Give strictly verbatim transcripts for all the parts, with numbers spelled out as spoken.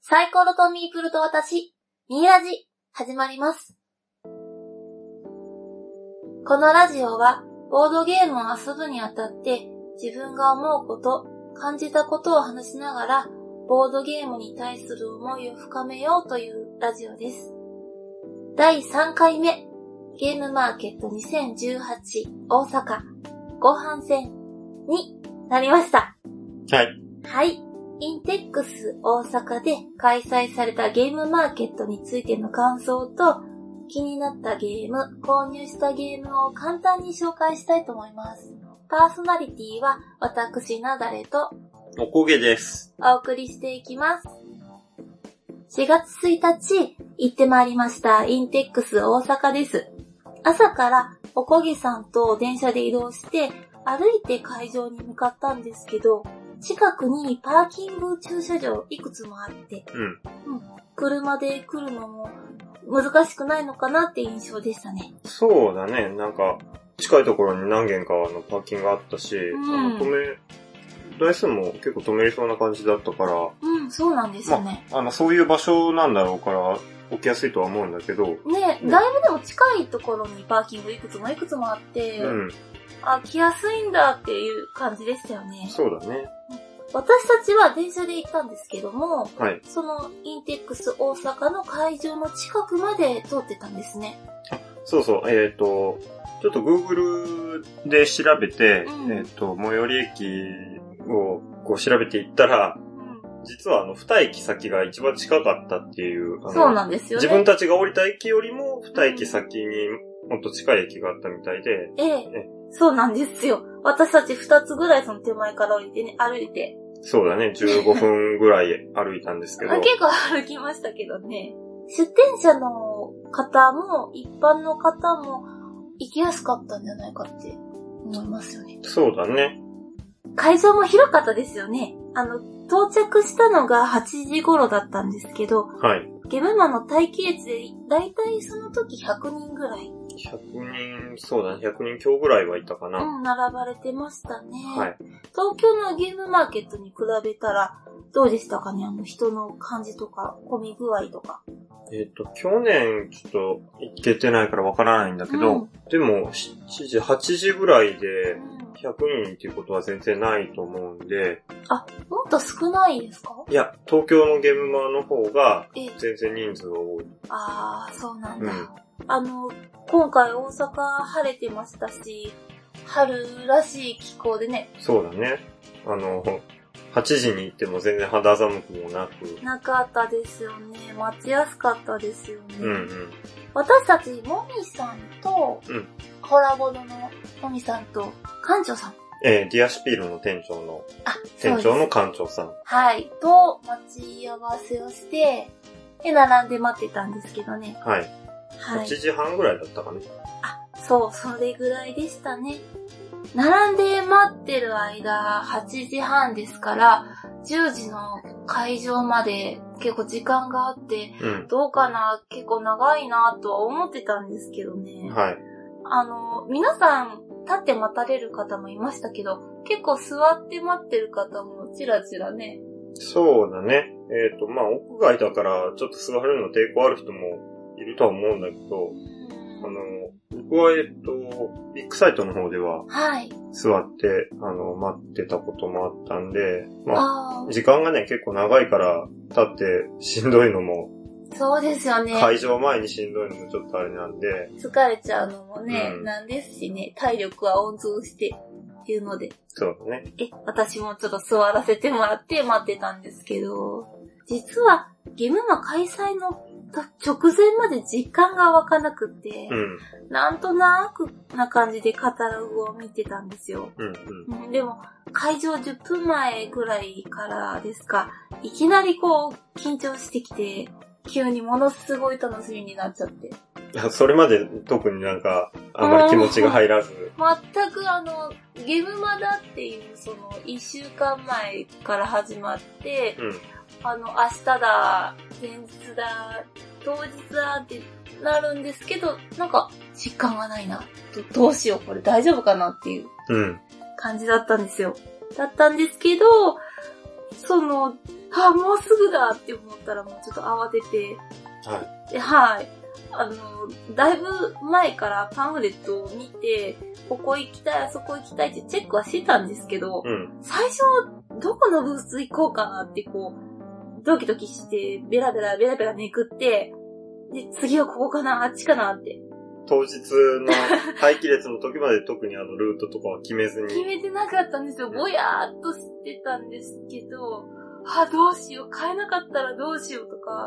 サイコロとミープルと私、ミーラジ、始まります。このラジオは、ボードゲームを遊ぶにあたって、自分が思うこと、感じたことを話しながら、ボードゲームに対する思いを深めようというラジオです。だいさんかいめ、ゲームマーケットにせんじゅうはち大阪後半戦になりました。 はい。 はい。インテックス大阪で開催されたゲームマーケットについての感想と、気になったゲーム、購入したゲームを簡単に紹介したいと思います。パーソナリティは私なだれとおこげです。 お送りしていきます。しがつついたち行ってまいりましたインテックス大阪です。朝からおこげさんと電車で移動して歩いて会場に向かったんですけど、近くにパーキング駐車場いくつもあって、うんうん、車で来るのも難しくないのかなって印象でしたね。 そうだね。なんか近いところに何軒かのパーキングあったし、うん、あの止め台数も結構止めれそうな感じだったから、 うん、そうなんですよね。 まあ、あのそういう場所なんだろうから置きやすいとは思うんだけど、 ね、ね、だいぶでも近いところにパーキングいくつもいくつもあって、うん、あ、来やすいんだっていう感じでしたよね。 そうだね。 私たちは電車で行ったんですけども、 はい、 そのインテックス大阪の会場の近くまで通ってたんですね。 あ、そうそう、えっと、ちょっと Google で調べて、うん、えっと、最寄り駅をこう調べていったら、うん、実はあの、二駅先が一番近かったっていう、あの、 そうなんですよね。 自分たちが降りた駅よりも二駅先にもっと近い駅があったみたいで、 ええ、えそうなんですよ。私たち二つぐらいその手前から降りてね、歩いて。 そうだね、じゅうごふんぐらい歩いたんですけど。 結構歩きましたけどね。出店者の方も、一般の方も行きやすかったんじゃないかって思いますよね。 そうだね。 会場も広かったですよね。あの、到着したのがはちじ頃だったんですけど、 はい。 ゲムマの待機列で、だいたいその時ひゃくにんぐらい。 ひゃくにん、そうだね、ひゃくにん強ぐらいはいたかな。 うん、並ばれてましたね。 はい。 東京のゲームマーケットに比べたら、どうでしたかね、あの人の感じとか、混み具合とか。 えっと、去年ちょっと行けてないからわからないんだけど、うん、でもしちじ、はちじぐらいでひゃくにんっていうことは全然ないと思うんで。 あ、もっと少ないですか？ いや、東京のゲームマの方が全然人数が多い。 あー、そうなんだ。うん、あの、今回大阪晴れてましたし、春らしい気候でね。 そうだね。あの、はちじに行っても全然肌寒くもなく。 なかったですよね。待ちやすかったですよね。 うんうん。 私たち、もみさんと、 うん、 コラボのもみさんと、館長さん。 えー、ディアシュピールの店長の、店長の館長さん。 はい。と、待ち合わせをして、で、並んで待ってたんですけどね。 はい。はい、はちじはんぐらいだったかね。 あ、そう、それぐらいでしたね。並んで待ってる間、はちじはんですから、じゅうじの会場まで結構時間があって、うん、どうかな、結構長いなとは思ってたんですけどね。 はい。 あの、皆さん立って待たれる方もいましたけど、結構座って待ってる方もちらちらね。 そうだね。えっと、まあ、屋外だからちょっと座るの抵抗ある人もいるとは思うんだけど、あの、僕は、えっと、ビッグサイトの方では、 はい。 座って、あの、待ってたこともあったんで、まあ、時間がね、結構長いから、立ってしんどいのも、 そうですよね。 会場前にしんどいのもちょっとあれなんで。 疲れちゃうのもね、うん、なんですしね、体力は温存してっていうので。 そうだね。 え、私もちょっと座らせてもらって待ってたんですけど、実は、ゲームマ開催の直前まで実感が湧かなくて、うん、なんとなくな感じでカタログを見てたんですよ。 うんうん、 でも、会場じゅっぷんまえぐらいからですか、いきなりこう、緊張してきて、急にものすごい楽しみになっちゃって。 それまで特になんか、あんまり気持ちが入らず。 全くあの、ゲームマだっていう、その、いっしゅうかんまえから始まって、うん、あの、明日だ、前日だ、当日だってなるんですけど、なんか、実感がないな。ど, どうしよう、これ大丈夫かなっていう感じだったんですよ。だったんですけど、 その、あ、もうすぐだって思ったらもうちょっと慌てて、 はい。 で、はい。あの、だいぶ前からパンフレットを見て、ここ行きたい、あそこ行きたいってチェックはしてたんですけど、 うん、 最初、どこのブース行こうかなってこう、ドキドキして、ベラベラベラベラめくって、で、次はここかな、あっちかなって。 当日の待機列の時まで特にあのルートとかは決めずに。 決めてなかったんですよ。ぼやーっとしてたんですけど、あ、どうしよう、買えなかったらどうしようとか、 うん、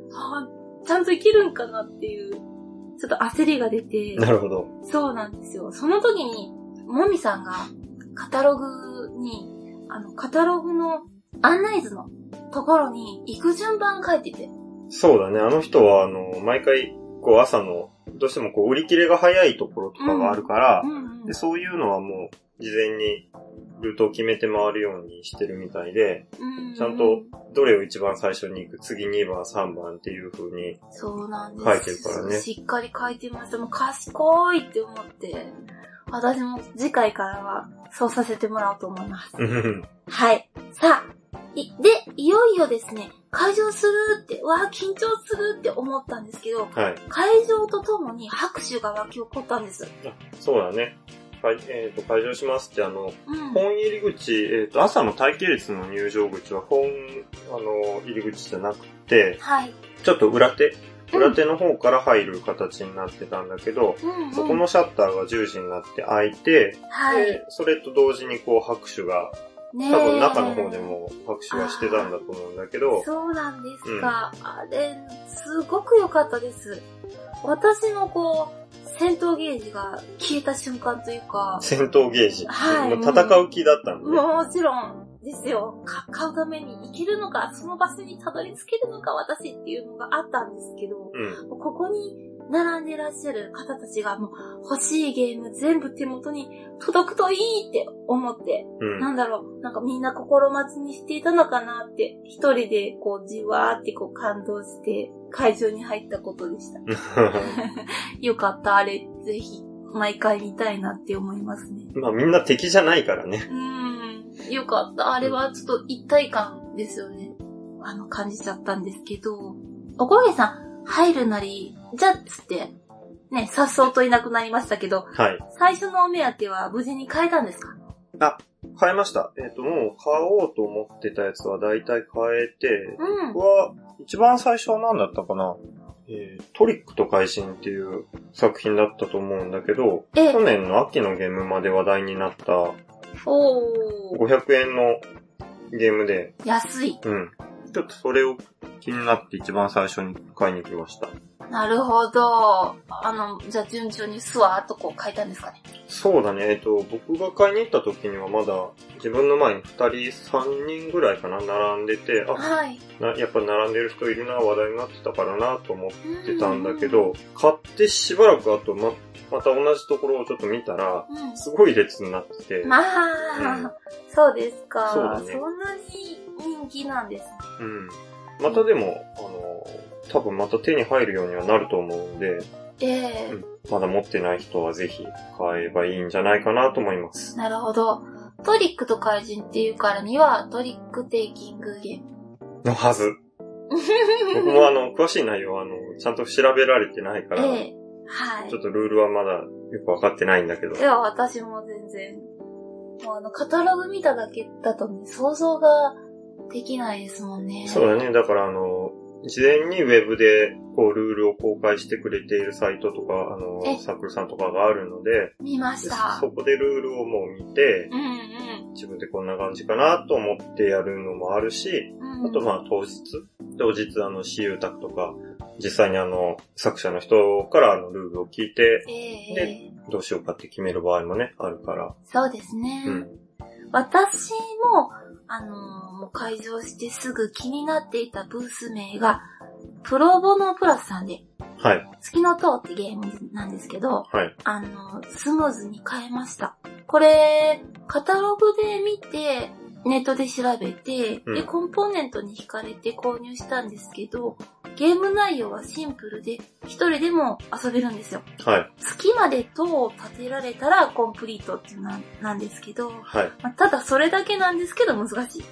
あ、ちゃんといけるんかなっていう、ちょっと焦りが出て。 なるほど。 そうなんですよ。その時に、もみさんがカタログに、あの、カタログの案内図のところに行く順番書いてて。 そうだね。あの人は、あの、毎回、こう朝の、どうしてもこう売り切れが早いところとかがあるから、 うんうんうん、 でそういうのはもう、事前にルートを決めて回るようにしてるみたいで、 うんうん、 ちゃんとどれを一番最初に行く、次にばん、さんばんっていう風にそうなんです。 書いてるからね。 しっかり書いてました。もう賢いって思って、私も次回からはそうさせてもらおうと思います。はい。さあ、い、で、いよいよですね、会場するって、わー緊張するって思ったんですけど、 はい、 会場とともに拍手が湧き起こったんです。 あ、そうだね。はい、えっ、ー、と、会場しますってあの、 うん、 本入り口、えっ、ー、と、朝の待機列の入場口は本、あの、入り口じゃなくて、 はい。 ちょっと裏手、裏手の方から入る形になってたんだけど、 うんうん、 そこのシャッターがじゅうじになって開いて、 はい、 で、それと同時にこう拍手が、ね、多分中の方でも拍手はしてたんだと思うんだけど。 そうなんですか。うん、あれ、すごく良かったです。私のこう、戦闘ゲージが消えた瞬間というか。 戦闘ゲージ、 はい。 戦う気だったんで、ね。 もちろんですよ。か買うために行けるのか、その場所にたどり着けるのか、私っていうのがあったんですけど、 うん、 ここに並んでらっしゃる方たちがもう欲しいゲーム全部手元に届くといいって思って、うん、なんだろう、なんかみんな心待ちにしていたのかなって、一人でこうじわーってこう感動して会場に入ったことでした。よかった、あれぜひ毎回見たいなって思いますね。 まあみんな敵じゃないからね。 うーん、よかった。あれはちょっと一体感ですよね。あの感じちゃったんですけど、おこげさん入るなり、じゃっつって、ね、さっそうといなくなりましたけど、 はい。 最初のお目当ては無事に買えたんですか？ あ、買えました。えっ、ー、と、もう買おうと思ってたやつは大体買えて、うん。僕は、一番最初は何だったかな、えー、トリックと怪人っていう作品だったと思うんだけど、去年の秋のゲームまで話題になった、 おー。 ごひゃくえんのゲームで、 安い。 うん。ちょっとそれを気になって一番最初に買いに来ました。 なるほど。あの、じゃあ順調にスワーっとこう買えたんですかね。 そうだね。えっと、僕が買いに行った時にはまだ自分の前にふたり、さんにんぐらいかな、並んでて、あ、はい、なやっぱ並んでる人いるな、話題になってたからなと思ってたんだけど、買ってしばらく後ま、また同じところをちょっと見たら、うん、すごい列になってて。 まあ、うん、そうですか。 そうだね。 そんなに人気なんですね。 うん。またでも、あの、多分また手に入るようにはなると思うんで、 ええーうん、まだ持ってない人はぜひ買えばいいんじゃないかなと思います。 なるほど。トリックと怪人っていうからにはトリックテイキングゲームのはず。僕もあの、詳しい内容はあの、ちゃんと調べられてないから、 ええー、はい。 ちょっとルールはまだよくわかってないんだけど。 いや、私も全然、もうあの、カタログ見ただけだとね、想像ができないですもんね。 そうだね。だからあの、事前にウェブでこうルールを公開してくれているサイトとか、あの、サークルさんとかがあるので、 見ました。 そこでルールをもう見て、 うんうん、 自分でこんな感じかなと思ってやるのもあるし、うん、あとまあ当日、当日あの、私有宅とか、実際にあの、作者の人からあのルールを聞いて、 えー、 で、どうしようかって決める場合もね、あるから。 そうですね。うん、私も、あのー、もう開場してすぐ気になっていたブース名が、プロボノプラスさんで、 はい。 月の塔ってゲームなんですけど、 はい。 あのー、スムーズに買えました。これ、カタログで見て、ネットで調べて、うん、で、コンポーネントに惹かれて購入したんですけど、ゲーム内容はシンプルで、一人でも遊べるんですよ。 はい。 月まで塔を建てられたらコンプリートっていうのなんですけど、 はい。 まあ、ただそれだけなんですけど難しい。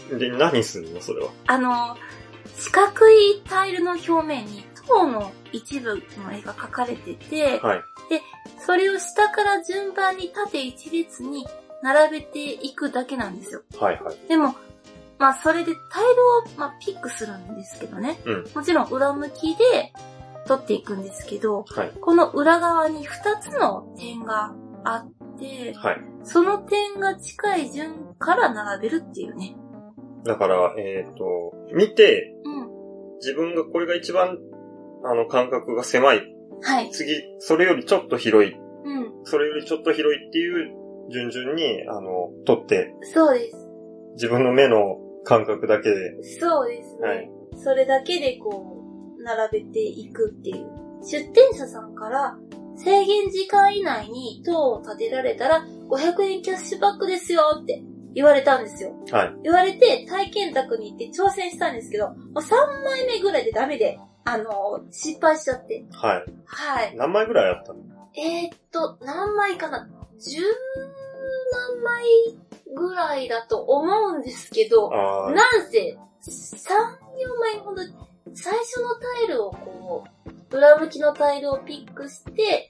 で、何するのそれは。 あの、四角いタイルの表面に塔の一部の絵が描かれてて、 はい。 で、それを下から順番に縦一列に並べていくだけなんですよ。 はいはい。 でも、まあそれでタイルを、まあ、ピックするんですけどね。 うん。 もちろん裏向きで取っていくんですけど、 はい。 この裏側に二つの点があって、 はい。 その点が近い順から並べるっていうね。 だから、えっと、見て、 うん。 自分がこれが一番、あの、間隔が狭い。 はい。 次、それよりちょっと広い。 うん。 それよりちょっと広いっていう順々に、あの、取って。 そうです。 自分の目の感覚だけで。 そうですね。 はい。 それだけでこう、並べていくっていう。出店者さんから、制限時間以内に塔を建てられたらごひゃくえんキャッシュバックですよって言われたんですよ。 はい。 言われて体験宅に行って挑戦したんですけど、もうさんまいめぐらいでダメで、あの、失敗しちゃって。 はい。 はい。 何枚ぐらいあったの？えー、っと、何枚かな？じゅう何枚ぐらいだと思うんですけど、なんせさん、よんまいほど最初のタイルをこう、裏向きのタイルをピックして、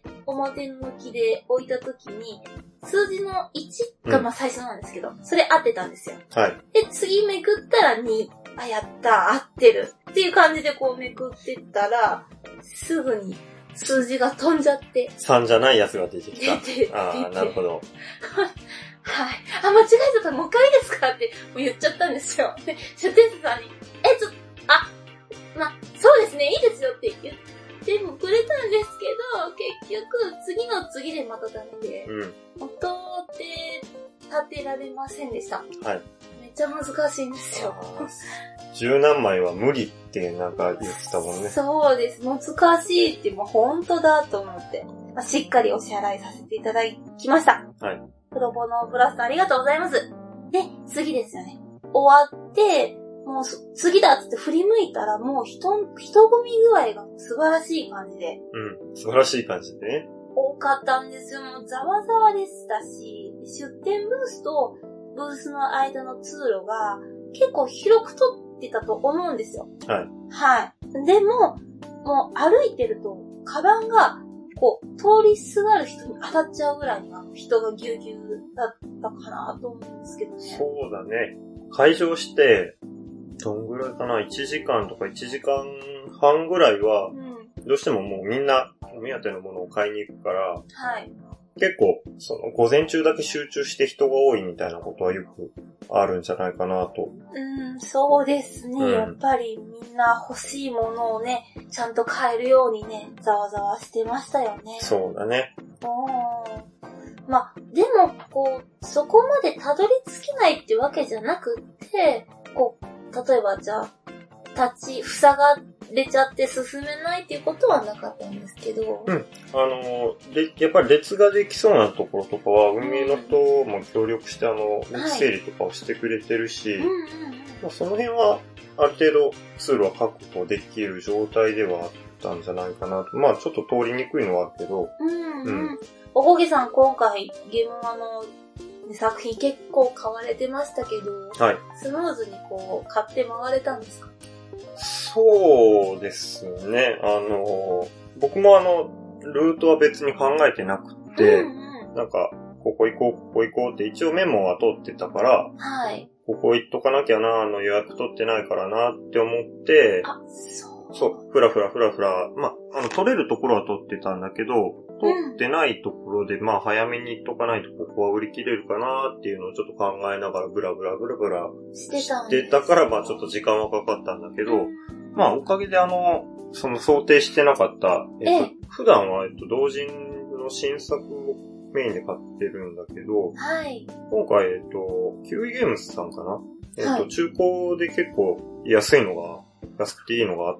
表向きで置いたときに、数字のいちがまあ最初なんですけど、うん、それ合ってたんですよ。 はい。 で、次めくったらに、あ、やった、合ってる。っていう感じでこうめくってったら、すぐに数字が飛んじゃって。 さんじゃないやつが出てきた。 出て、 ああ、なるほど。 はい。あ、間違えちゃった。もう一回いいですかって言っちゃったんですよ。で、出店者さんに、え、ちょ、あ、まあ、そうですね、いいですよって言ってもくれたんですけど、結局、次の次でまたダメで、うん。元で立てられませんでした。 はい。 めっちゃ難しいんですよ。 十何枚は無理ってなんか言ってたもんね。 そうです。難しいってもう本当だと思って、まあ、しっかりお支払いさせていただきました。 はい。 プロボノブラストありがとうございます。で、次ですよね。終わって、もう次だって振り向いたらもう人、人混み具合が素晴らしい感じで。 うん。素晴らしい感じでね。 多かったんですよ。もうざわざわでしたし、出店ブースとブースの間の通路が結構広くとってたと思うんですよ。 はい。 はい。でも、もう歩いてると、カバンがこう、通りすがる人に当たっちゃうぐらいの人がぎゅうぎゅうだったかなと思うんですけどね。 そうだね。会場して、どんぐらいかな ?いちじかんとかいちじかんはんぐらいは、うん、どうしてももうみんなお目当てのものを買いに行くから、 はい。 結構、その、午前中だけ集中して人が多いみたいなことはよくあるんじゃないかなと。 うん、そうですね、うん。やっぱりみんな欲しいものをね、ちゃんと買えるようにね、ざわざわしてましたよね。 そうだね。 うん。まあ、でも、こう、そこまでたどり着けないってわけじゃなくって、こう、例えばじゃあ、立ち、塞がれちゃって進めないっていうことはなかったんですけど。 うん。あの、で、やっぱり列ができそうなところとかは、運営の人も協力して、あの、列整理とかをしてくれてるし、はい、うんうんうん、まあ、その辺は、ある程度通路は確保できる状態ではあったんじゃないかなと。まあ、ちょっと通りにくいのはあるけど。 うん、うん。うん。おこげさん、今回、ゲームマの作品結構買われてましたけど、はい。スムーズにこう、買って回れたんですか？ そうですね。あの、僕もあの、ルートは別に考えてなくて、うんうん、なんか、ここ行こう、ここ行こうって一応メモは取ってたから、 はい。 ここ行っとかなきゃな、あの予約取ってないからなって思って、 あ、そう。 そう、ふらふらふらふら、まあ、あの、取れるところは取ってたんだけど、取ってないところで、うん、まあ、早めに行っとかないとここは売り切れるかなっていうのをちょっと考えながら、ブラブラブラブラしてたんです。してたから、まあ、ちょっと時間はかかったんだけど、うん、まあ、おかげであの、その想定してなかった、えっと、普段は、えっと、同人の新作をメインで買ってるんだけど、 はい。 今回、えっと、キウイゲームズさんかな、えっと、はい、中古で結構安いのが、安くていいのがあって、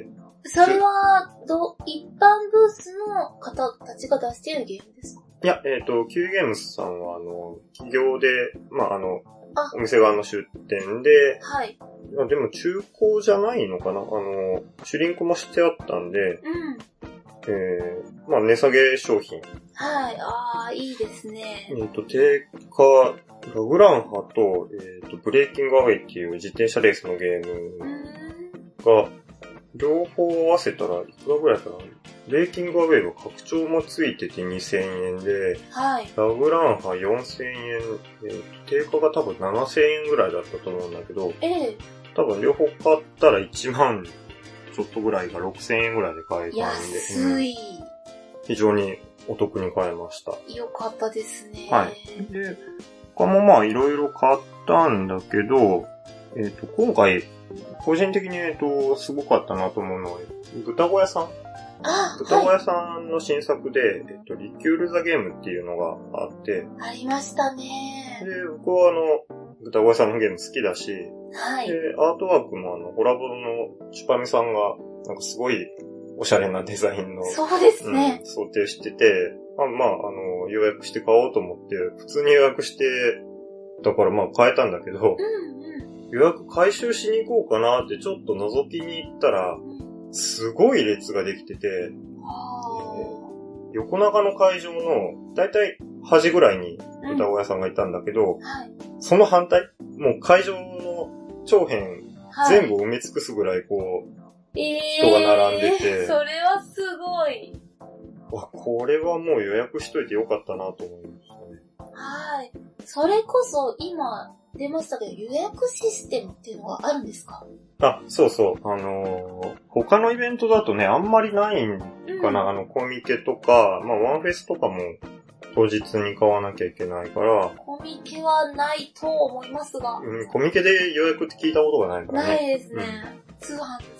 それは、ど、一般ブースの方たちが出しているゲームですか？ いや、えっと、キウイゲームズさんは、あの、企業で、まあ、あの、あお店側の出店で、 はい。 でも中古じゃないのかな、あの、シュリンクもしてあったんで、 うん。 えー、まあ値下げ商品。 はい、あー、いいですね。 えっ、ー、と、定価、ラグランハと、えっ、ー、と、ブレイキングアウェイっていう自転車レースのゲームが、両方合わせたらいくらぐらいかな。ブレイキングアウェイは拡張もついててにせんえんで、 はい。 ラグランハよんせんえん、えー、定価が多分ななせんえんぐらいだったと思うんだけど、 ええ。 多分両方買ったらいちまんちょっとぐらいがろくせんえんぐらいで買えたんで、 安い、うん、 非常にお得に買えました。 よかったですね。 はい。で、他もまあいろいろ買ったんだけど、えっ、ー、と、今回、個人的に言うとすごかったなと思うのは、豚小屋さんあ豚小屋さんの新作で、はい、えっと、リキュールザゲームっていうのがあって、 ありましたね。 で、僕はあの、豚小屋さんのゲーム好きだし、 はい。 で、アートワークもあの、ホラボドのチュパミさんが、なんかすごいおしゃれなデザインの、 そうですね。 うん、想定してて、まあ、まあ、あの、予約して買おうと思って、普通に予約して、だからまあ買えたんだけど、 うんうん、 予約回収しに行こうかなってちょっと覗きに行ったら、すごい列ができてて、えー、横長の会場のだいたい端ぐらいに豚小屋さんがいたんだけど、 うんはい、 その反対、もう会場の長辺、はい、全部埋め尽くすぐらいこう、 えー、 人が並んでて、 それはすごい。 わ、これはもう予約しといてよかったなと思いましたね。 はい。それこそ今出ましたけど予約システムっていうのはあるんですか？ あ、そうそう。あのー、他のイベントだとね、あんまりないんかな。うん、あの、コミケとか、まあ、ワンフェスとかも当日に買わなきゃいけないから。 コミケはないと思いますが。 うん、コミケで予約って聞いたことがないからね。 ないですね。うん、通販です。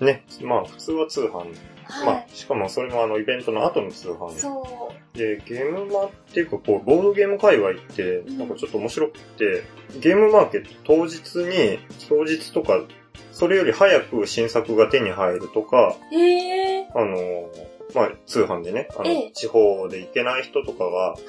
ね、まあ、普通は通販。はい、まあ、しかもそれもあの、イベントの後の通販。 そう。 で、ゲームマっていうか、こう、ボードゲーム界隈って、なんかちょっと面白くて、うん、ゲームマーケット当日に、当日とか、それより早く新作が手に入るとか、 へー。 あの、まあ、通販でね、あの、ええ、地方で行けない人とかが、はい。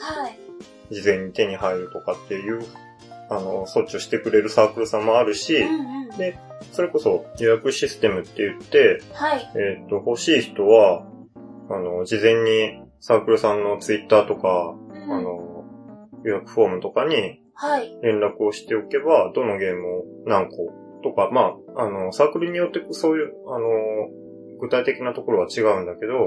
事前に手に入るとかっていう、あの、措置をしてくれるサークルさんもあるし、うんうん、で、それこそ予約システムって言って、はい。えっと、欲しい人は、あの、事前にサークルさんのツイッターとか、うん、あの、予約フォームとかに、はい。連絡をしておけば、どのゲームを何個とか、まあ、あの、サークルによってそういう、あの、具体的なところは違うんだけど、うん、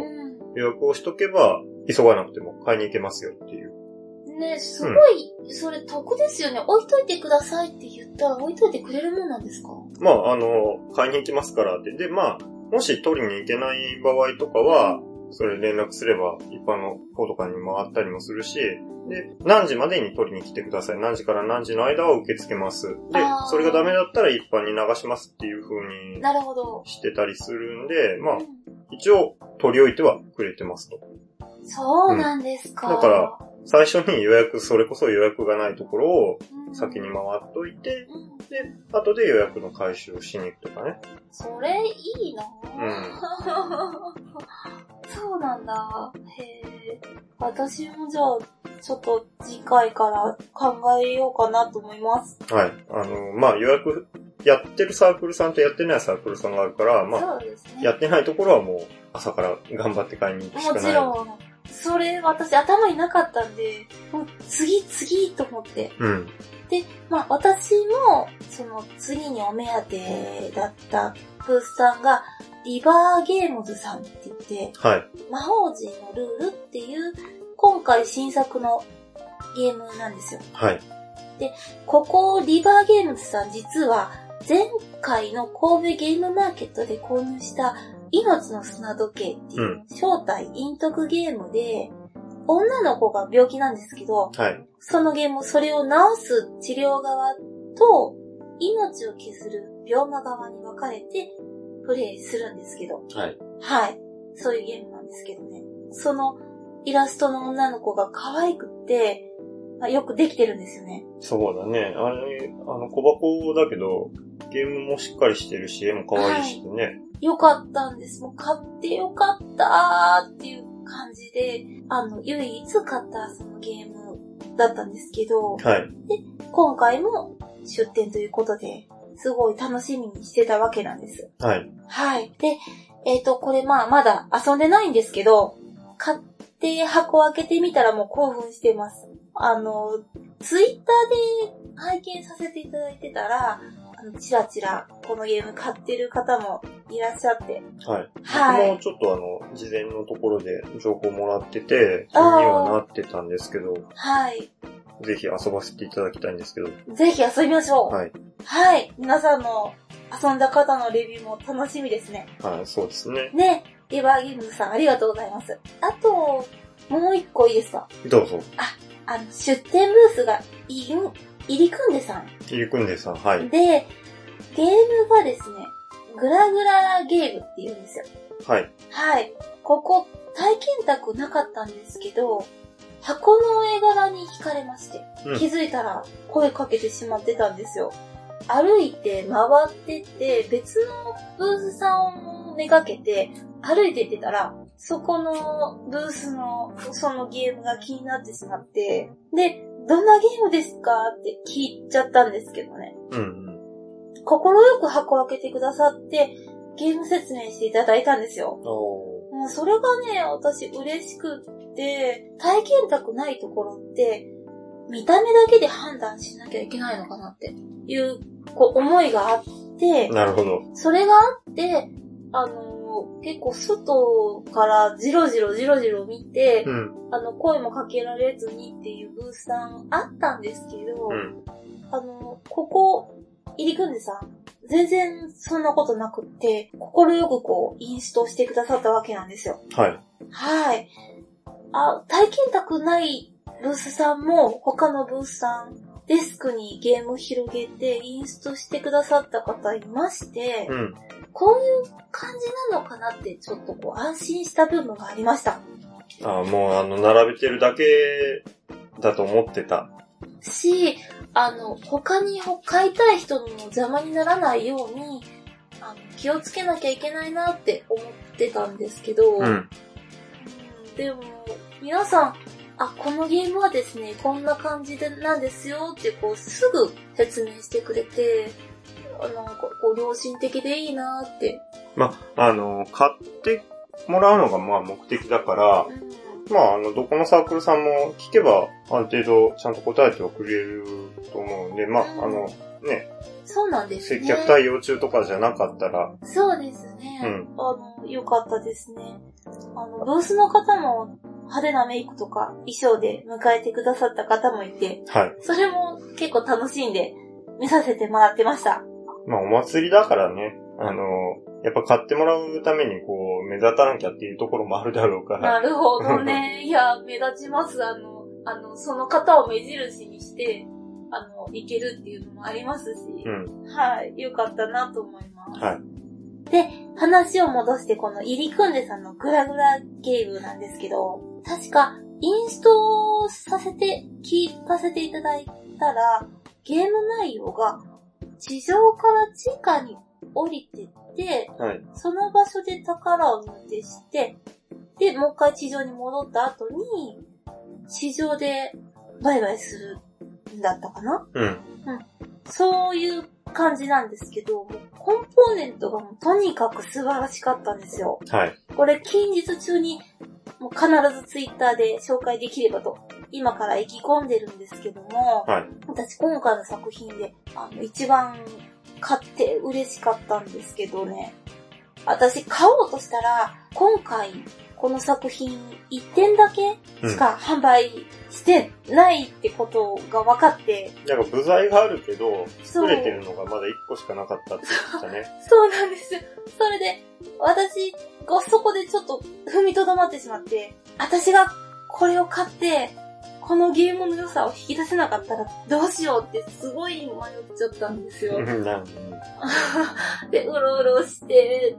予約をしとけば、急がなくても買いに行けますよっていう。 ね、すごい、うん、それ得ですよね。置いといてくださいって言ったら置いといてくれるもんなんですか？ まあ、あの、買いに行きますからって。で、まあ、もし取りに行けない場合とかは、うん、それ連絡すれば一般の方とかに回ったりもするし、で、何時までに取りに来てください。何時から何時の間は受け付けます。で、それがダメだったら一般に流しますっていう風になるほどしてたりするんで、まあ、うん、一応取り置いてはくれてますと。 そうなんですか。 うん、だから、最初に予約、それこそ予約がないところを先に回っといて、うん、で、後で予約の回収をしに行くとかね。 それいいなぁ。うん。そうなんだ。へえ。私もじゃあ、ちょっと次回から考えようかなと思います。 はい。あの、まあ予約、やってるサークルさんとやってないサークルさんがあるから、まあ、そうですね、やってないところはもう朝から頑張って買いに行くしかない。 もちろん。それ私頭になかったんで、もう次次と思って。うん。で、まあ私も、その次にお目当てだったブースさんが、リバーゲームズさんって言って、はい。魔法陣のルールっていう、今回新作のゲームなんですよ。はい。で、ここリバーゲームズさん実は、前回の神戸ゲームマーケットで購入した命の砂時計っていう正体陰徳ゲームで、女の子が病気なんですけど、はい、そのゲーム、それを治す治療側と命を削る病魔側に分かれてプレイするんですけど、はい。はい。そういうゲームなんですけどね。そのイラストの女の子が可愛くって、よくできてるんですよね。 そうだね。あれ、あの小箱だけど、ゲームもしっかりしてるし、絵も可愛いしね。はい、 よかったんです。もう買ってよかったーっていう感じで、あの、唯一買ったそのゲームだったんですけど、はい。で、今回も出展ということで、すごい楽しみにしてたわけなんです。はい。はい。で、 えっと、これまあまだ遊んでないんですけど、買って箱開けてみたらもう興奮してます。あの、ツイッターで拝見させていただいてたら、あの、ちらちらこのゲーム買ってる方もいらっしゃって。 はい。 はい。 僕もちょっとあの、事前のところで情報もらってて、気にはなってたんですけど、 はい。 ぜひ遊ばせていただきたいんですけど。 ぜひ遊びましょう。 はい。 はい。皆さんの遊んだ方のレビューも楽しみですね。 はい、そうですね。 ね、エバーゲームズさんありがとうございます。あと、もう一個いいですか？ どうぞ。 あ、あの、出店ブースが、いる、入り組んでさん。 入り組んでさん、はい。 で、ゲームがですね、グラグラゲームって言うんですよ。 はい。 はい。ここ、体験宅なかったんですけど、箱の絵柄に惹かれまして、うん、気づいたら声かけてしまってたんですよ。歩いて回ってて、別のブースさんをめがけて歩いてってたら、そこのブースのそのゲームが気になってしまって、で、どんなゲームですかって聞いちゃったんですけどね。 うんうん。 心よく箱を開けてくださって、ゲーム説明していただいたんですよ。 おもうそれがね、私嬉しくって、体験宅ないところって、見た目だけで判断しなきゃいけないのかなっていう、こう思いがあって、 なるほど。 それがあって、あの、結構外からジロジロジロジロ見て、うん、あの、声もかけられずにっていうブースさんあったんですけど、うん、あの、ここ、入り組んでさ、全然そんなことなくって、心よくこう、インストしてくださったわけなんですよ。 はい。 はい。あ、体験宅ないブースさんも、他のブースさん、デスクにゲーム広げてインストしてくださった方いまして、うん、こういう感じなのかなってちょっとこう安心した部分がありました。 ああ、もうあの、並べてるだけだと思ってた。 し、あの、他に買いたい人の邪魔にならないように、あの気をつけなきゃいけないなって思ってたんですけど、うん、でも、皆さん、あ、このゲームはですね、こんな感じでなんですよってこう、すぐ説明してくれて、あの、こう、良心的でいいなって。 ま、あの、買ってもらうのがまあ目的だから、うん、まあ、あの、どこのサークルさんも聞けば、ある程度ちゃんと答えてはくれると思うんで、まあ、うん、あの、ね。 そうなんですね。 接客対応中とかじゃなかったら。 そうですね。うん。あの、よかったですね。あの、ブースの方も派手なメイクとか衣装で迎えてくださった方もいて、はい。それも結構楽しんで見させてもらってました。 まあ、お祭りだからね。あの、やっぱ買ってもらうためにこう、目立たなきゃっていうところもあるだろうから。 なるほどね。いや、目立ちます。あの、あの、その方を目印にして、あの、いけるっていうのもありますし、うん、はい、よかったなと思います。はい。で、話を戻してこの入り組んでさんのグラグラゲームなんですけど、確かインストさせて、聞かせていただいたら、ゲーム内容が地上から地下に降りてって、はい、その場所で宝を抜てして、で、もう一回地上に戻った後に、地上でバイバイするんだったかな？うん。うん。そういう感じなんですけど、もうコンポーネントがもうとにかく素晴らしかったんですよ。はい。これ近日中にもう必ずツイッターで紹介できればと、今から意気込んでるんですけども、はい。私今回の作品で、あの、一番買って嬉しかったんですけどね、私買おうとしたら、今回、この作品いってんだけしか販売してないってことが分かって。 うん、なんか部材があるけど、作れてるのがまだいっこしかなかったって言ってたね。 そうなんですよ。それで、私がそこでちょっと踏みとどまってしまって、私がこれを買って、このゲームの良さを引き出せなかったらどうしようってすごい迷っちゃったんですよ。で、うろうろして、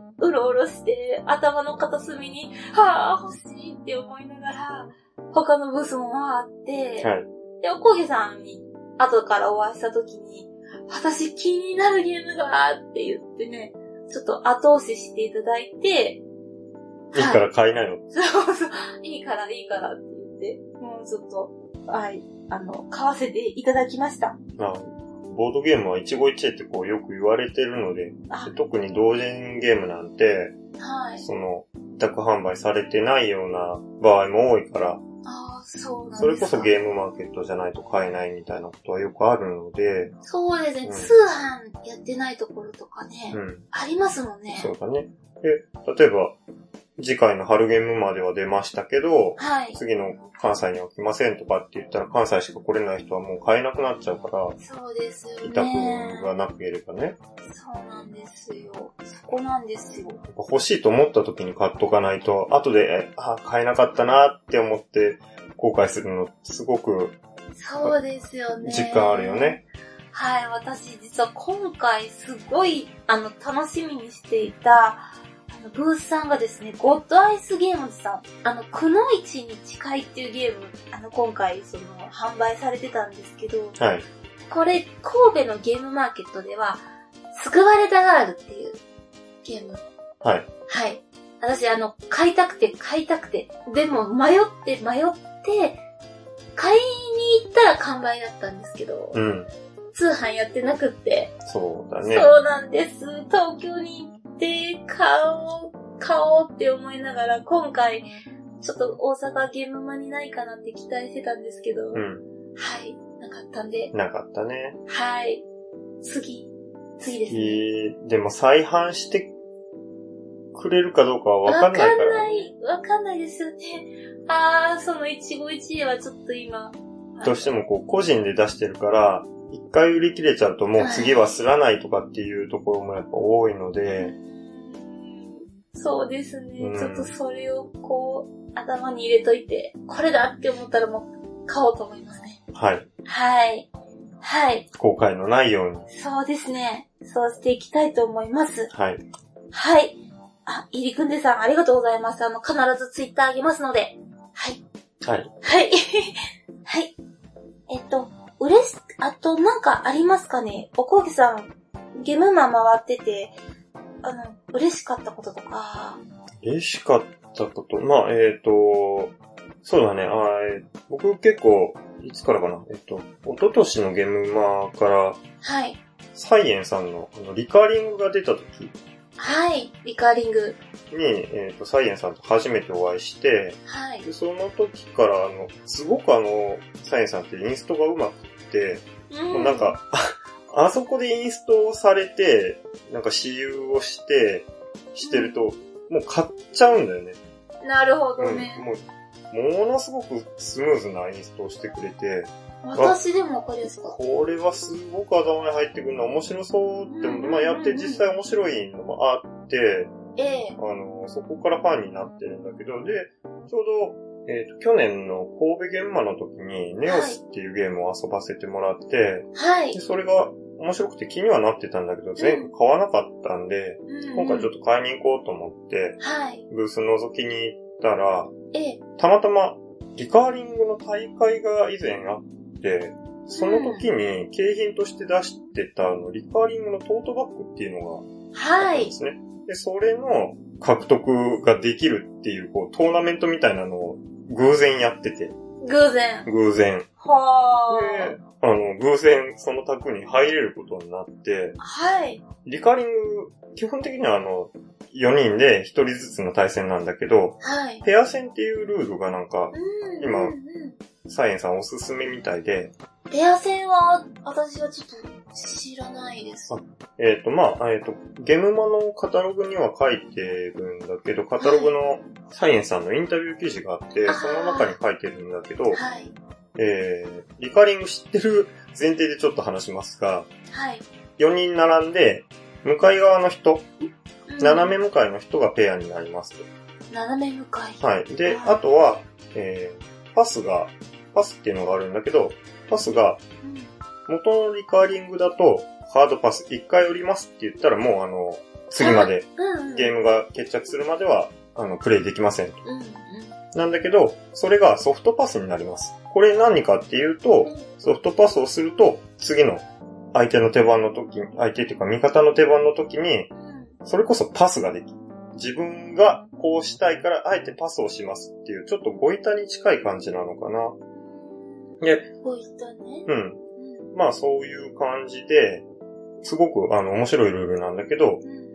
うろうろして、頭の片隅に、はぁ、欲しいって思いながら、他のブースも回って、はい、で、おこげさんに後からお会いした時に、私気になるゲームがって言ってね、ちょっと後押ししていただいて、 いいから買いなよ。 そうそう、いいからいいからって言って、もうちょっと、はい、あの、買わせていただきました。 まあ、ボードゲームは一期一会ってこうよく言われてるので、特に同人ゲームなんて、 はい。 その、委託販売されてないような場合も多いから、 ああ、そうなんですか。 それこそゲームマーケットじゃないと買えないみたいなことはよくあるので。 そうですね、うん、通販やってないところとかね、うん、ありますもんね。 そうだね。で、例えば、次回の春ゲームまでは出ましたけど、はい、次の関西には来ませんとかって言ったら関西しか来れない人はもう買えなくなっちゃうから、 そうですよね。 委託がなければね。 そうなんですよ。そこなんですよ。 欲しいと思った時に買っとかないと、後で、あ、買えなかったなって思って後悔するのすごく、 そうですよね。 実感あるよね。 はい、私実は今回すごい、あの、楽しみにしていた、ブースさんがですね、ゴッドアイスゲームズさん、あの、くのいちに近いっていうゲーム、あの、今回、その、販売されてたんですけど、はい。これ、神戸のゲームマーケットでは、救われたガールっていうゲーム。 はい。 はい。私、あの、買いたくて、買いたくて、でも、迷って、迷って、買いに行ったら完売だったんですけど、うん。通販やってなくって。 そうだね。 そうなんです。東京に行って、で、買おう、買おうって思いながら、今回、ちょっと大阪ゲームマにないかなって期待してたんですけど、うん、はい、なかったんで。 なかったね。 はい。次、次ですね。 えー、でも再販してくれるかどうかはわかんないから。わかんない、わかんないですよね。あー、その一期一会はちょっと今。 どうしてもこう、個人で出してるから、一回売り切れちゃうともう次はすらないとかっていうところもやっぱ多いので、 そうですね、うん。ちょっとそれをこう、頭に入れといて、これだって思ったらもう買おうと思いますね。 はい。 はい。はい。 後悔のないように。 そうですね。そうしていきたいと思います。 はい。 はい。あ、イリくんでさんありがとうございます。あの、必ずツイッターあげますので。はい。 はい。 はい。はい。えっと、嬉し、あとなんかありますかね？おこぎさん、ゲームマ回ってて、あの、嬉しかったこととか。 嬉しかったこと。まあ、えっ、ー、と、そうだね。あえー、僕結構、いつからかな。えっ、ー、と、一昨年のゲームマから、 はい。 サイエンさんのあのリカーリングが出た時。 はい。リカーリング。 に、えっ、ー、と、サイエンさんと初めてお会いして、 はい。 で、その時から、あの、すごくあの、サイエンさんってインストが上手くて、うん、なんか、あそこでインストをされて、なんか私有をして、してると、うん、もう買っちゃうんだよね。 なるほどね。 うん、もう、ものすごくスムーズなインストをしてくれて。 私でもこれですか？ これはすごく頭に入ってくるの面白そうって思って、まあやって実際面白いのもあって、 ええ、 あの、そこからファンになってるんだけど、で、ちょうど、えっと、去年の神戸現場の時に、ネオスっていうゲームを遊ばせてもらって、 はい。 でそれが面白くて気にはなってたんだけど、前回買わなかったんで、うん、今回ちょっと買いに行こうと思って、 はい。 ブース覗きに行ったら、 ええ、 たまたまリカーリングの大会が以前あって、その時に景品として出してたあのリカーリングのトートバッグっていうのがあったんですね。はい。で、それの獲得ができるっていう、こう、トーナメントみたいなのを偶然やってて。 偶然。 偶然。 はー。で、あの、偶然その卓に入れることになって。 はい。 リカーリング、基本的にはあの、よにんでひとりずつの対戦なんだけど、 はい。 ペア戦っていうルールがなんか、 うん今、 うんうん、 サイエンさんおすすめみたいで。 ペア戦は、私はちょっと知らないです。 えっ、ー、と、まあ、えっ、ー、と、ゲームマのカタログには書いてるんだけど、カタログのサイエンさんのインタビュー記事があって、はい、その中に書いてるんだけど、 はい、 えー、リカーリング知ってる前提でちょっと話しますが、 はい、 よにん並んで、向かい側の人、うん、斜め向かいの人がペアになりますと。 斜め向かい。 はい。で、はい、あとは、えー、パスが、パスっていうのがあるんだけど、パスが、元のリカーリングだと、ハードパスいっかい売りますって言ったらもうあの、次まで、ゲームが決着するまでは、あの、プレイできませんと。 うんうん、 なんだけど、それがソフトパスになります。これ何かっていうと、ソフトパスをすると、次の相手の手番の時に、相手っていうか味方の手番の時に、それこそパスができる。自分がこうしたいから、あえてパスをしますっていう、ちょっとゴイタに近い感じなのかな。で、 ゴイタね。 うん。まあそういう感じで、すごくあの面白いルールなんだけど、で、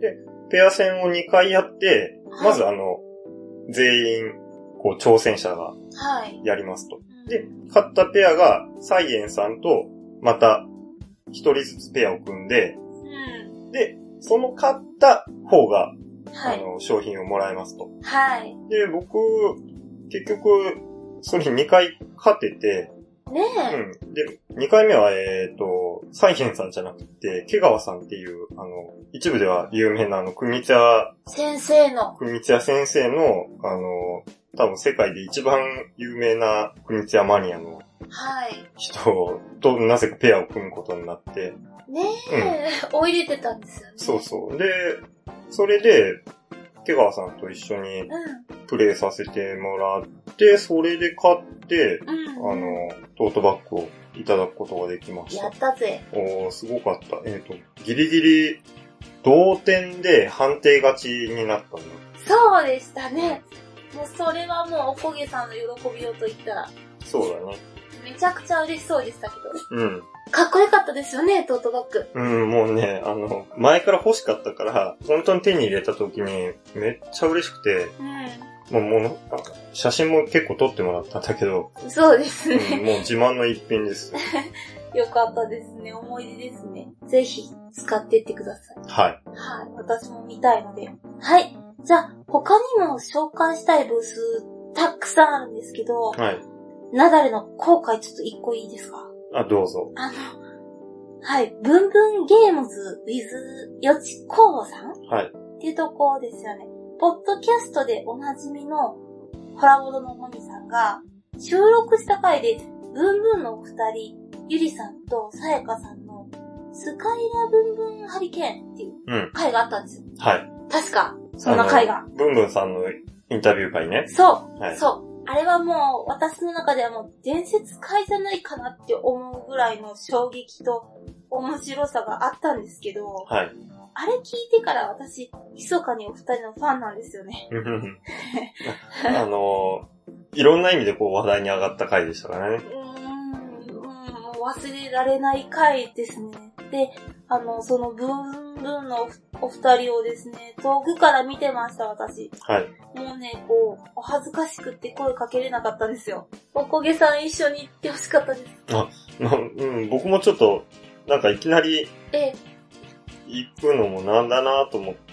ペア戦をにかいやって、はい、まずあの、全員、こう、挑戦者が、やりますと。はい、で、勝ったペアが、サイエンさんと、また、一人ずつペアを組んで、うん、で、その勝った方が、はい、あの、商品をもらえますと。はい。で、僕、結局、それににかい勝てて、ねえ。うん。で、にかいめは、えっと、サイエンさんじゃなくて、毛川さんっていう、あの、一部では有名なあの、組津屋先生の。 組津屋先生の、あの、多分世界で一番有名な組津屋マニアの、はい。人となぜかペアを組むことになって。 ねえ、うん、追い入れてたんですよね。 そうそう。で、それで、毛川さんと一緒にプレイさせてもらって、それで勝って、うん、あの、トートバッグをいただくことができました。 やったぜ。 おー、すごかった。えっと、ギリギリ、同点で判定勝ちになったんだ。 そうでしたね。もうそれはもうおこげさんの喜びようと言ったら。 そうだね。 めちゃくちゃ嬉しそうでしたけど。 うん。 かっこよかったですよね、トートバッグ。 うん、もうね、あの、前から欲しかったから、本当に手に入れた時に、めっちゃ嬉しくて、うん。もう、もう、写真も結構撮ってもらったんだけど。 そうですね。 うん、もう自慢の一品です。 よかったですね、思い出ですね。ぜひ、使っていってください。 はい。 はい、私も見たいので。はい。じゃあ、他にも紹介したいブース、たくさんあるんですけど、はい。なだれの後悔ちょっと一個いいですか？ あ、どうぞ。 あの、はい、ブンブンゲームズ with よちこうさんはい。っていうとこですよね。ポッドキャストでおなじみのホラボドのもみさんが収録した回でブンブンのお二人、ゆりさんとさやかさんのスカイラブンブンハリケーンっていう回があったんですよ。うん、はい。確か、そんな回が。 ブンブンさんのインタビュー回ね。 そう。はい、そう。あれはもう、私の中ではもう伝説回じゃないかなって思うぐらいの衝撃と面白さがあったんですけど、はい。あれ聞いてから私、密かにお二人のファンなんですよね。 あのー、いろんな意味でこう話題に上がった回でしたからね。 うーん、うん、忘れられない回ですね。で、あの、そのブンブンのお二人をですね、遠くから見てました、私。はい。もうね、こう、お恥ずかしくって声かけれなかったんですよ。おこげさん一緒に行ってほしかったです。 あ、うん、僕もちょっと、なんかいきなり、ええ。行くのもなんだなと思って、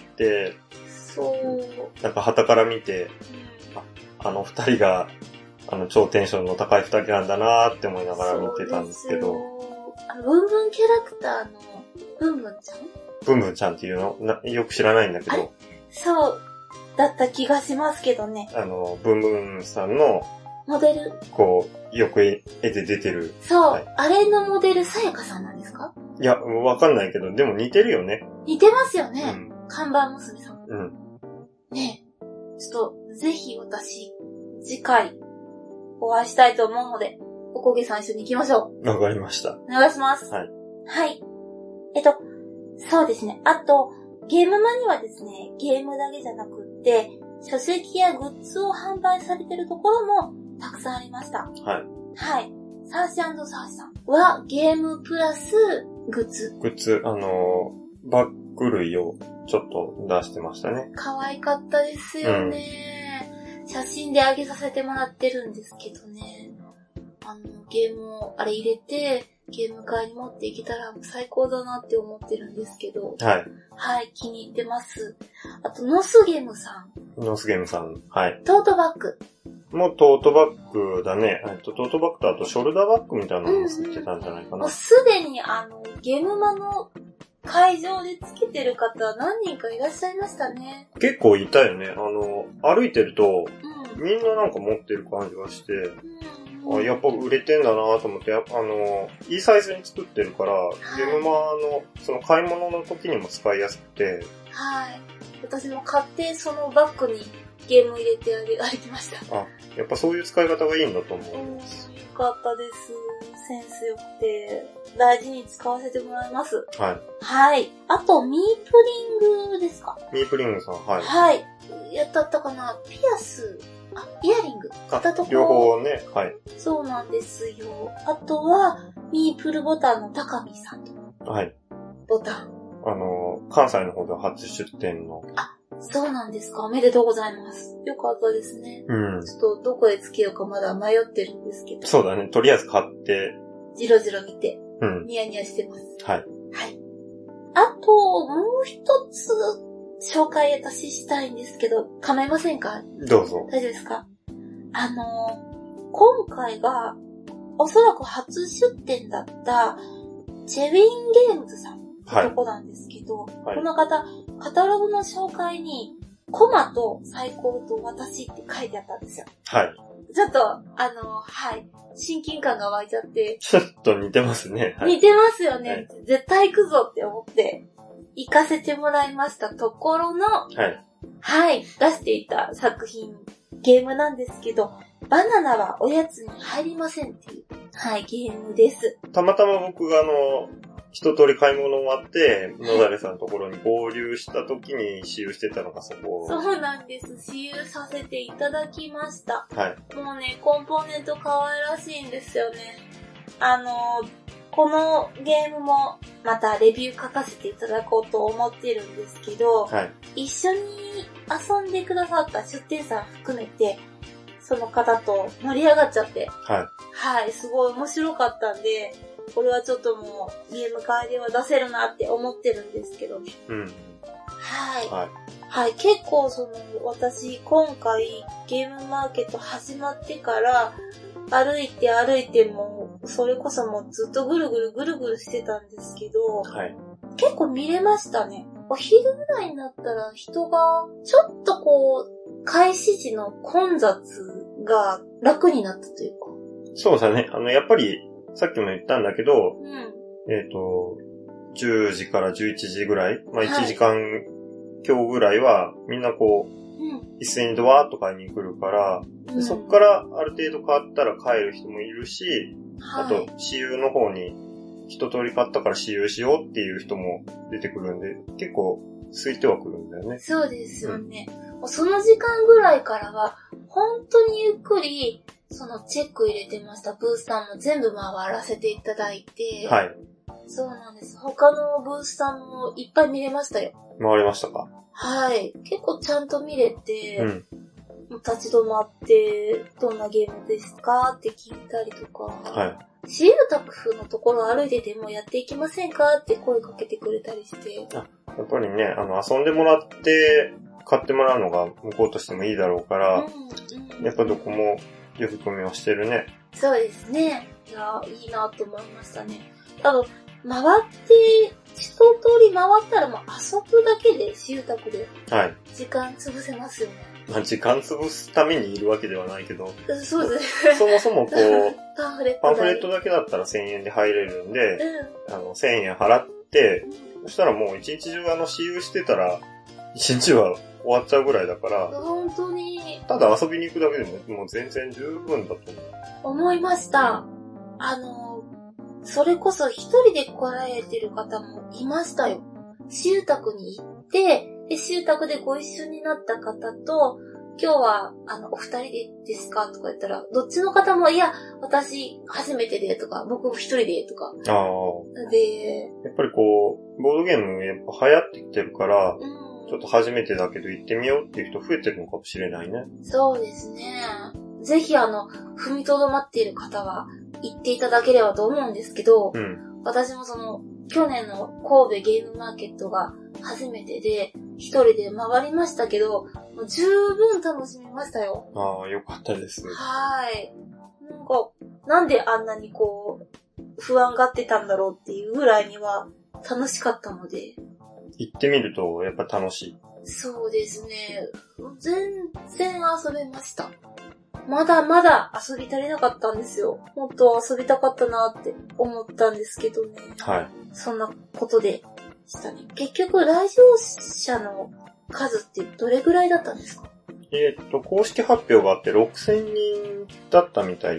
そう。なんか旗から見て、うん、あ、あの二人が、あの超テンションの高い二人なんだなって思いながら見てたんですけど。 あの、ブンブンキャラクターの、ブンブンちゃんブンブンちゃんっていうのなよく知らないんだけど。 そう、だった気がしますけどね。 あの、ブンブンさんの、 モデルこう、よく絵で出てる。 そう、はい、あれのモデル、さやかさんなんですか？ いや、わかんないけど、でも似てるよね。 似てますよね。うん、看板娘さん。うん。ねえ、ちょっと、ぜひ私、次回、お会いしたいと思うので、おこげさん一緒に行きましょう。わかりました。 お願いします。はい。はい。えっと、そうですね。あと、ゲームマにはですね、ゲームだけじゃなくって、書籍やグッズを販売されてるところもたくさんありました。はい。はい。サーシ&サーシさんはゲームプラスグッズ。 グッズ、あのー、バッグ類をちょっと出してましたね。 可愛かったですよね、うん。写真で上げさせてもらってるんですけどね。あの、ゲームをあれ入れて、ゲーム会に持っていけたら最高だなって思ってるんですけど。はい。はい、気に入ってます。あと、ノスゲームさん。ノスゲームさん。はい。 トートバッグ。 もうトートバッグだね。えっと、トートバッグとあとショルダーバッグみたいなのもつけてたんじゃないかな。うんうん、もうすでにあの、ゲームマの会場でつけてる方何人かいらっしゃいましたね。 結構いたよね。あの、歩いてると、うん、みんななんか持ってる感じがして、うん、あ、やっぱ売れてんだなと思って、やっぱあの、いいサイズに作ってるから、はい、ゲームマの、その買い物の時にも使いやすくて。 はい。私も買ってそのバッグにゲーム入れて歩いてました。 あ、やっぱそういう使い方がいいんだと思います。 うん、よかったです。センス良くて、大事に使わせてもらいます。はい。はい。あと、ミープリングですか？ ミープリングさん、はい。 はい。やったったかな？ピアス、あ、イヤリング買ったところ。 両方ね、はい。 そうなんですよ。あとは、ミープルボタンの高見さんと。はい。ボタン。 あの、関西の方では初出店の。 あ、そうなんですか。おめでとうございます。よかったですね。うん。ちょっとどこへつけようかまだ迷ってるんですけど。 そうだね。とりあえず買って。 じろじろ見て。うん。ニヤニヤしてます。はい。はい。あと、もう一つ、紹介私したいんですけど、構いませんか？ どうぞ。 大丈夫ですか？あの、今回が、おそらく初出店だった、チェウィンゲームズさんのとこなんですけど、はい、この方、カタログの紹介に、コマとサイコロと私って書いてあったんですよ。はい。ちょっと、あの、はい、親近感が湧いちゃって。 ちょっと似てますね。 はい、似てますよね、はい。絶対行くぞって思って、行かせてもらいましたところの、はい。はい、出していた作品、ゲームなんですけど、バナナはおやつに入りませんっていう、はい、ゲームです。 たまたま僕があの、一通り買い物終わって、野だれさんのところに合流した時に使用してたのがそこ。 そうなんです。使用させていただきました。はい。もうね、コンポーネント可愛らしいんですよね。あの、このゲームもまたレビュー書かせていただこうと思ってるんですけど、はい。一緒に遊んでくださった出店さん含めて、その方と盛り上がっちゃって、はい。はい、すごい面白かったんで、これはちょっともうゲーム会では出せるなって思ってるんですけどね。うん。はい。はい。はい、結構その、私今回ゲームマーケット始まってから、歩いて歩いても、それこそもうずっとぐるぐるぐるぐるしてたんですけど、はい。結構見れましたね。お昼ぐらいになったら人が、ちょっとこう、開始時の混雑が楽になったというか。 そうだね。あの、やっぱり、さっきも言ったんだけど、うん、えっと、じゅうじからじゅういちじぐらい、まあいちじかん強ぐらいは、みんなこう、うん、一斉にドワーッと買いに来るから、うん、そっからある程度買ったら帰る人もいるし、はい、あと、私有の方に一通り買ったから私有しようっていう人も出てくるんで、結構空いてはくるんだよね。 そうですよね。うん、その時間ぐらいからは、本当にゆっくり、そのチェック入れてましたブースターも全部回らせていただいて、はい。そうなんです。他のブースターもいっぱい見れましたよ。 回りましたか？ はい。結構ちゃんと見れて、うん、立ち止まって、どんなゲームですかって聞いたりとか、はい。シールタクフのところ歩いててもやっていきませんかって声かけてくれたりして。 あ、やっぱりね、あの、遊んでもらって、買ってもらうのが向こうとしてもいいだろうから、うんうん、やっぱどこも呼び込みをしてるね。 そうですね。いや、いいなと思いましたね。あの、回って、一通り回ったらもう遊ぶだけで、シールタクで。はい。時間潰せますよね。 まあ、時間潰すためにいるわけではないけど。 そうですね。 そもそもこう、パンフレット。パンフレットだけだったらせんえんで入れるんで、うん、あの、せんえん払って、うん、そしたらもう一日中あの、私有してたら、一日は終わっちゃうぐらいだから。 本当に。 ただ遊びに行くだけでも、もう全然十分だと思う。 思いました。あの、それこそ一人で来られてる方もいましたよ。シュータクに行って、で、シュータクでご一緒になった方と、今日は、あの、お二人でですかとか言ったら、どっちの方も、いや、私、初めてで、とか、僕一人で、とか。ああ。 で、やっぱりこう、ボードゲームやっぱ流行ってきてるから、うん、ちょっと初めてだけど行ってみようっていう人増えてるのかもしれないね。 そうですね。ぜひ、あの、踏みとどまっている方は、行っていただければと思うんですけど、うん、私もその、去年の神戸ゲームマーケットが初めてで、一人で回りましたけど、もう十分楽しみましたよ。 ああ、よかったです。 はい。なんか、なんであんなにこう、不安がってたんだろうっていうぐらいには楽しかったので。 行ってみるとやっぱ楽しい。 そうですね。全然遊べました。まだまだ遊び足りなかったんですよ。もっと遊びたかったなって思ったんですけどね。はい。そんなことでしたね。結局来場者の数ってどれぐらいだったんですか？ えー、っと、公式発表があってろくせんにんだったみたい。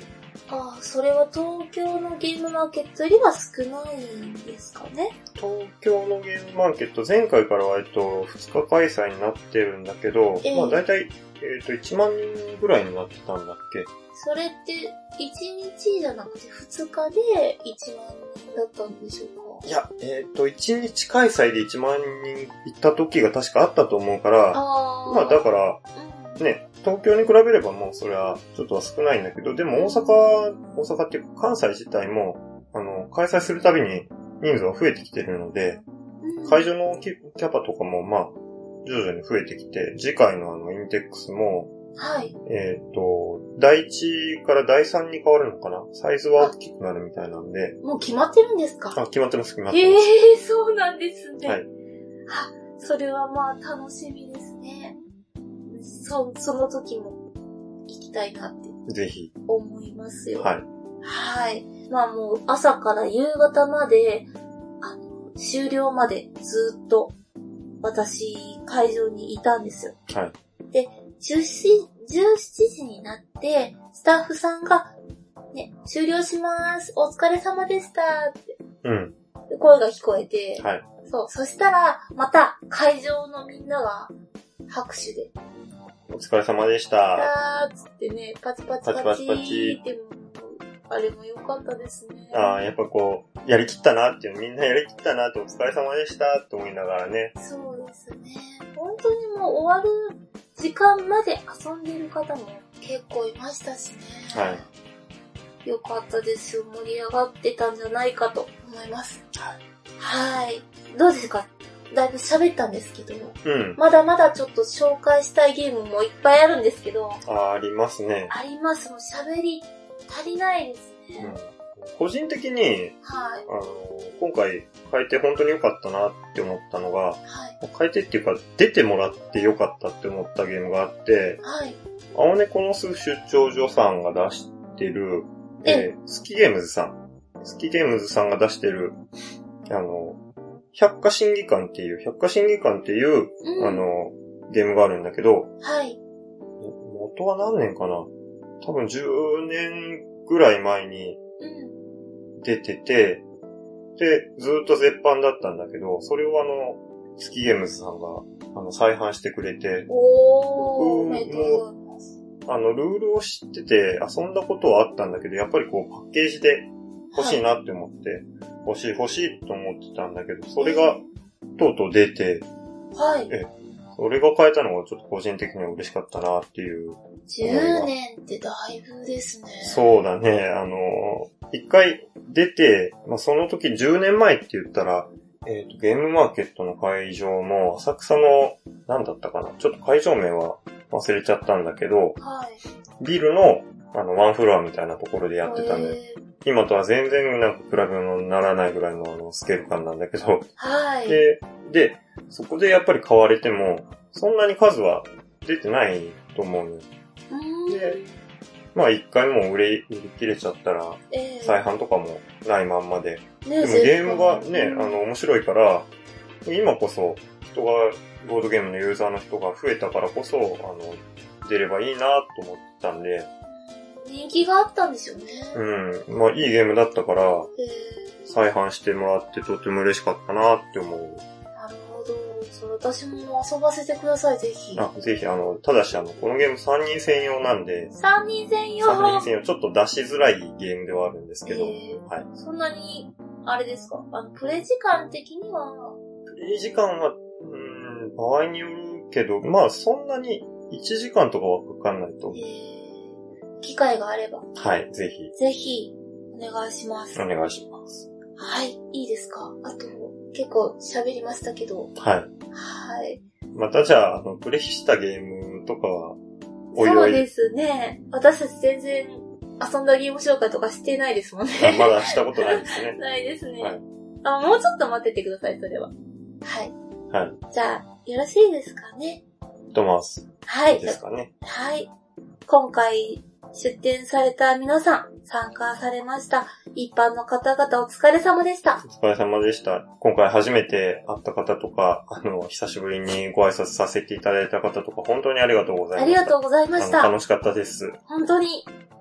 ああ、それは東京のゲームマーケットよりは少ないんですかね。 東京のゲームマーケット、前回から割とふつか開催になってるんだけど、えー、まあ大体、えっと、いちまんにんぐらいになってたんだっけ？ それって、いちにちじゃなくてふつかでいちまんにんだったんでしょうか？ いや、えっと、いちにち開催でいちまんにん行った時が確かあったと思うから、あまあだから、うん、ね、東京に比べればもうそれはちょっとは少ないんだけど、でも大阪、大阪っていうか関西自体も、あの、開催するたびに人数は増えてきてるので、うん、会場のキャパとかもまあ、徐々に増えてきて、次回のあの、インテックスも、はい。えっと、だいいちからだいさんに変わるのかな？サイズは大きくなるみたいなんで。 もう決まってるんですか？ あ、決まってます、決まってます。 ええー、そうなんですね。 はい。 あ、それはまあ楽しみですね。そ、その時も行きたいなって。 ぜひ。 思いますよ。 はい。 はい。まあもう朝から夕方まで、あの、終了までずっと私会場にいたんですよ。 はい。 で、じゅうしちじになって、スタッフさんが、ね、終了しまーす。お疲れ様でしたって。 うん。 声が聞こえて。 はい。 そう。そしたら、また会場のみんなが拍手で。 お疲れ様でした。 だーっつってね、パチパチパチ。パチパチパチ。でも、あれも良かったですね。 ああ、やっぱこう、やりきったなっていう、みんなやりきったなってお疲れ様でしたって思いながらね。 そうですね。本当にもう終わる時間まで遊んでいる方も結構いましたしね。 はい。 良かったですよ。盛り上がってたんじゃないかと思います。 はい。 はい。どうですか？だいぶ喋ったんですけど、 うん。 まだまだちょっと紹介したいゲームもいっぱいあるんですけど。 あ、ありますね。 あります。もう喋り足りないですね。 うん個人的に、 はい、 あの、今回変えて本当に良かったなって思ったのが、はい、変えてっていうか出てもらって良かったって思ったゲームがあって、はい、青猫の巣出張所さんが出してる、えー、スキゲームズさん。スキゲームズさんが出してる、あの、百花審議館っていう、百花審議館っていう、うん、あの、ゲームがあるんだけど、 はい、 元は何年かな？多分じゅうねんぐらい前に、出てて、で、ずーっと絶版だったんだけど、それをあの、スキゲームズさんが、あの、再販してくれて、 おー、 僕も、あの、ルールを知ってて、遊んだことはあったんだけど、やっぱりこう、パッケージで欲しいなって思って、はい、欲しい欲しいと思ってたんだけど、それが、とうとう出て、 はい。 え、それが変えたのがちょっと個人的には嬉しかったなっていう。 じゅうねんってだいぶですね。 そうだね、あの、一回出て、まあ、その時じゅうねんまえって言ったら、えっと、ゲームマーケットの会場も、浅草の、なんだったかな、ちょっと会場名は忘れちゃったんだけど、はい、ビルの、あの、ワンフロアみたいなところでやってたんで、今とは全然なんか比べ物にならないぐらいのあの、スケール感なんだけど、 はい、 で、で、そこでやっぱり買われても、そんなに数は出てないと思うのよ。で、まあ一回もう売れ、売り切れちゃったら、えー、再販とかもないまんまで。ね、でもゲームがね、あの、面白いから、今こそ人が、ボードゲームのユーザーの人が増えたからこそ、あの、出ればいいなと思ってたんで。 人気があったんですよね。 うん。まあいいゲームだったから、再販してもらってとても嬉しかったなって思う。 なるほど。それ私も遊ばせてください、ぜひ。 あ、ぜひ、あの、ただし、あの、このゲームさんにん専用なんで。 さんにん専用 ? さんにん専用。ちょっと出しづらいゲームではあるんですけど。 えー、 はい。 そんなに、あれですか？あの、プレイ時間的にはプレイ時間は、うーん、場合によるけど、まあ、そんなにいちじかんとかはかかんないと。 えー、機会があれば。 はい、ぜひ。 ぜひ、お願いします。 お願いします。 はい、いいですか？あと、結構喋りましたけど。 はい。 はい。 またじゃあ、あの、プレイしたゲームとかは、おいおい。 そうですね。私たち全然遊んだゲーム紹介とかしてないですもんね。 あ、まだしたことないですね。 ないですね。 はい。 あ、もうちょっと待っててください、それは。はい。 はい。 じゃあ、よろしいですかね。 とます。 はい。 ですかね。 はい。今回、出展された皆さん、参加されました。一般の方々お疲れ様でした。 お疲れ様でした。今回初めて会った方とか、あの、久しぶりにご挨拶させていただいた方とか、本当にありがとうございました。 ありがとうございました。 楽しかったです。 本当に。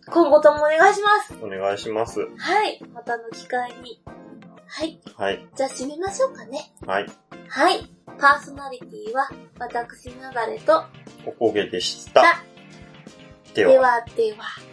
今後ともお願いします。 お願いします。 はい。またの機会に。はい。 はい。 じゃあ締めましょうかね。 はい。 はい。パーソナリティは、私ながれと、 おこげでした。 ではでは。